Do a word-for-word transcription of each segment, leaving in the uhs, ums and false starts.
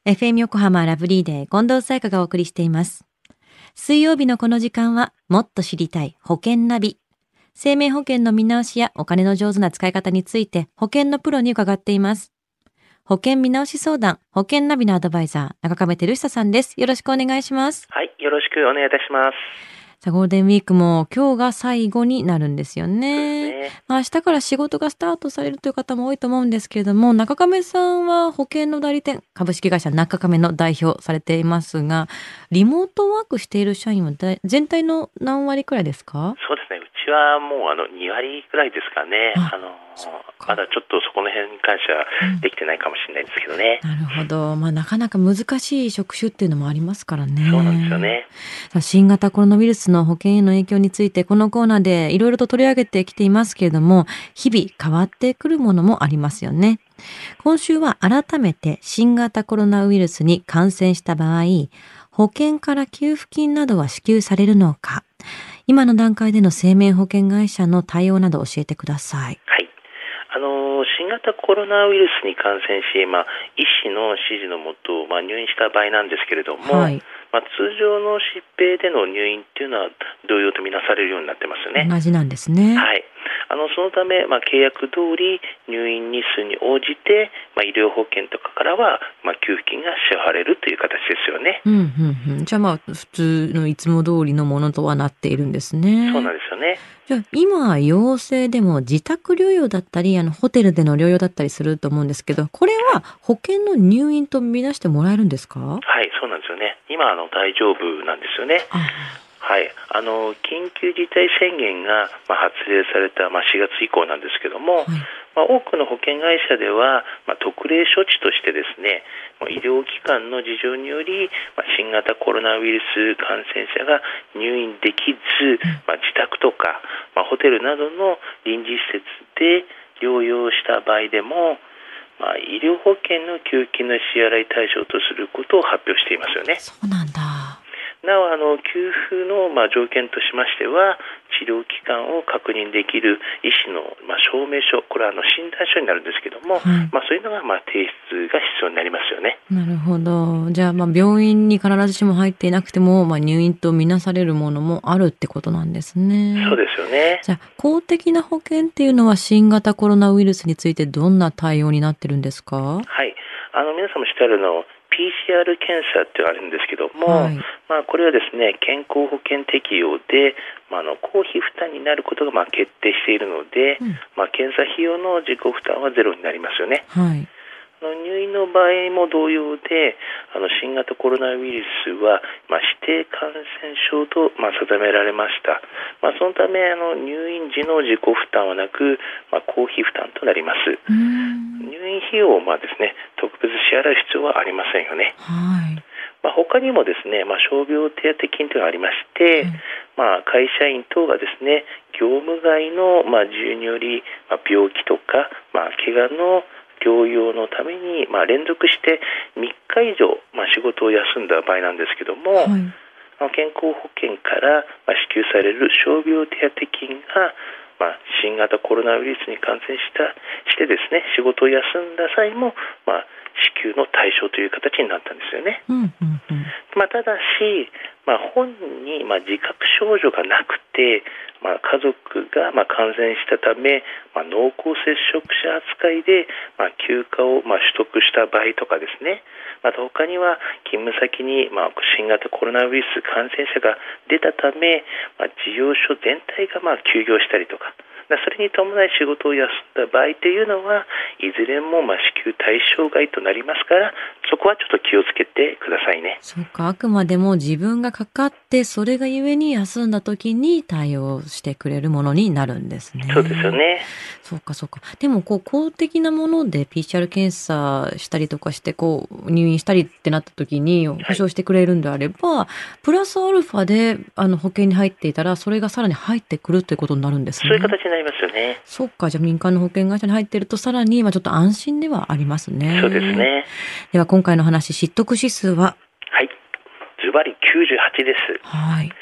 エフエム 横浜ラブリーデー近藤沙耶香がお送りしています。水曜日のこの時間はもっと知りたい保険ナビ。生命保険の見直しやお金の上手な使い方について保険のプロに伺っています。保険見直し相談保険ナビのアドバイザー中亀照久さんです。よろしくお願いします。 はい、よろしくお願いいたします。 さあゴールデンウィークも今日が最後になるんですよね。 そうですね。 まあ、明日から仕事がスタートされるという方も多いと思うんですけれども、中亀さんは保険の代理店株式会社中亀の代表されていますが、リモートワークしている社員は全体の何割くらいですか？ そうですね。うちはもうあのに割くらいですかね。あのまだちょっとそこの辺に関してはできてないかもしれないですけどね。 うん、なるほど。まあ、なかなか難しい職種っていうのもありますからね。 そうなんですよね。 新型コロナウイルスの保険への影響についてこのコーナーでいろいろと取り上げてきていますけれども、日々変わってくるものもありますよね。今週は改めて新型コロナウイルスに感染した場合、保険から給付金などは支給されるのか、今の段階での生命保険会社の対応など教えてください。 はい。あの新型コロナウイルスに感染し、まあ、医師の指示のもと、まあ、入院した場合なんですけれども、はい、まあ、通常の疾病での入院っていうのは同様とみなされるようになってますよね。 同じなんですね。 はい。あのそのため、まあ、契約通り入院日数に応じて、まあ、医療保険とかからは、まあ、給付金が支払われるという形ですよね。 うんうんうん、じゃあまあ普通のいつも通りのものとはなっているんですね。 そうなんですよね。 じゃあ今陽性でも自宅療養だったりあのホテルでの療養だったりすると思うんですけど、これは保険の入院と見なしてもらえるんですか？ はい、そうなんですよね。今あの大丈夫なんですよね。はい、あの緊急事態宣言が、まあ、発令された、まあ、しがつ以降なんですけども、はい、まあ、多くの保険会社では、まあ、特例処置としてですね、医療機関の事情により、まあ、新型コロナウイルス感染者が入院できず、まあ、自宅とか、まあ、ホテルなどの臨時施設で療養した場合でも、まあ、医療保険の給付金の支払い対象とすることを発表していますよね。 そうなんだ。 なおあの給付の、まあ、条件としましては、治療期間を確認できる医師の、まあ、証明書、これはあの診断書になるんですけども、はい、まあ、そういうのが、まあ、提出が必要になりますよね。 なるほど。じゃあ、まあ、病院に必ずしも入っていなくても、まあ、入院とみなされるものもあるってことなんですね。 そうですよね。 じゃあ、公的な保険っていうのは新型コロナウイルスについてどんな対応になってるんですか？ はい。あの皆さんも知ってあるのピーシーアール 検査っていうのがあるんですけども、はい、まあ、これはですね、健康保険適用で、まあ、あの公費負担になることがまあ決定しているので、うん、まあ、検査費用の自己負担はゼロになりますよね。はい、あの入院の場合も同様で、あの新型コロナウイルスは、まあ、指定感染症と、まあ、定められました。まあ、そのためあの入院時の自己負担はなく、まあ、公費負担となります。入院費用をまあですね、特別支払う必要はありませんよね。はい。まあ、他にもですね、まあ、傷病手当金というのがありまして、うん、まあ、会社員等がですね、業務外のまあ事由により、まあ、病気とか、まあ、怪我の療養のために、まあ、連続してみっか以上、まあ、仕事を休んだ場合なんですけども、はい、健康保険から支給される傷病手当金が、まあ、新型コロナウイルスに感染したしてですね、仕事を休んだ際も、まあ、支給の対象という形になったんですよね。うんうんうん、まあ、ただし、まあ、本人にまあ自覚症状がなくて、まあ、家族がまあ感染したため、まあ、濃厚接触者扱いでまあ休暇をまあ取得した場合とかですね、また他には勤務先にまあ新型コロナウイルス感染者が出たため、まあ、事業所全体がまあ休業したりとか、それに伴い仕事を休んだ場合というのは、いずれもまあ支給対象外となりますから、そこはちょっと気をつけてくださいね。 そうか、あくまでも自分がかかって、それがゆえに休んだ時に対応してくれるものになるんですね。 そうですよね。 そうかそうか。でもこう公的なもので ピーシーアール 検査したりとかしてこう入院したりってなった時に保証してくれるんであれば、はい、プラスアルファであの保険に入っていたらそれがさらに入ってくるということになるんですね。 そういう形になりますよね。 そうか、じゃあ民間の保険会社に入っているとさらにまあちょっと安心ではありますね。 そうですね。 では今回の話、知得指数は？ はい、ズバリきゅうじゅうはちです。 はい。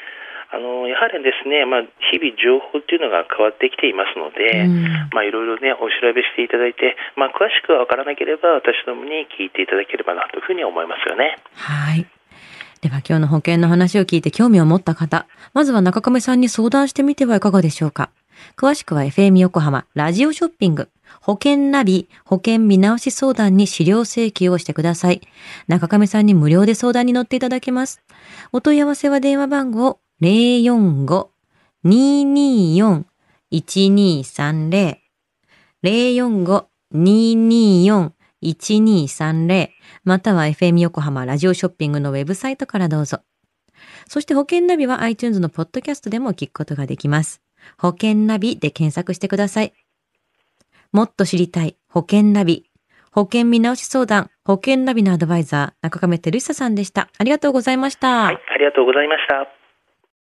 あのやはりですね、まあ、日々情報というのが変わってきていますので、まあ、いろいろねお調べしていただいて、まあ、詳しくは分からなければ私どもに聞いていただければなというふうに思いますよね。 はい。では今日の保険の話を聞いて興味を持った方、まずは中亀さんに相談してみてはいかがでしょうか。詳しくは エフエム 横浜ラジオショッピング保険ナビ保険見直し相談に資料請求をしてください。中亀さんに無料で相談に乗っていただけます。お問い合わせは電話番号 ゼロよんご にーにーよん いちにーさんゼロ ゼロよんご にーにーよん いちにーさんゼロまたは エフエム 横浜ラジオショッピングのウェブサイトからどうぞ。そして保険ナビは iTunes のポッドキャストでも聞くことができます。保険ナビで検索してください。もっと知りたい保険ナビ。保険見直し相談、保険ナビのアドバイザー、中亀照久さんでした。ありがとうございました。 はい、ありがとうございました。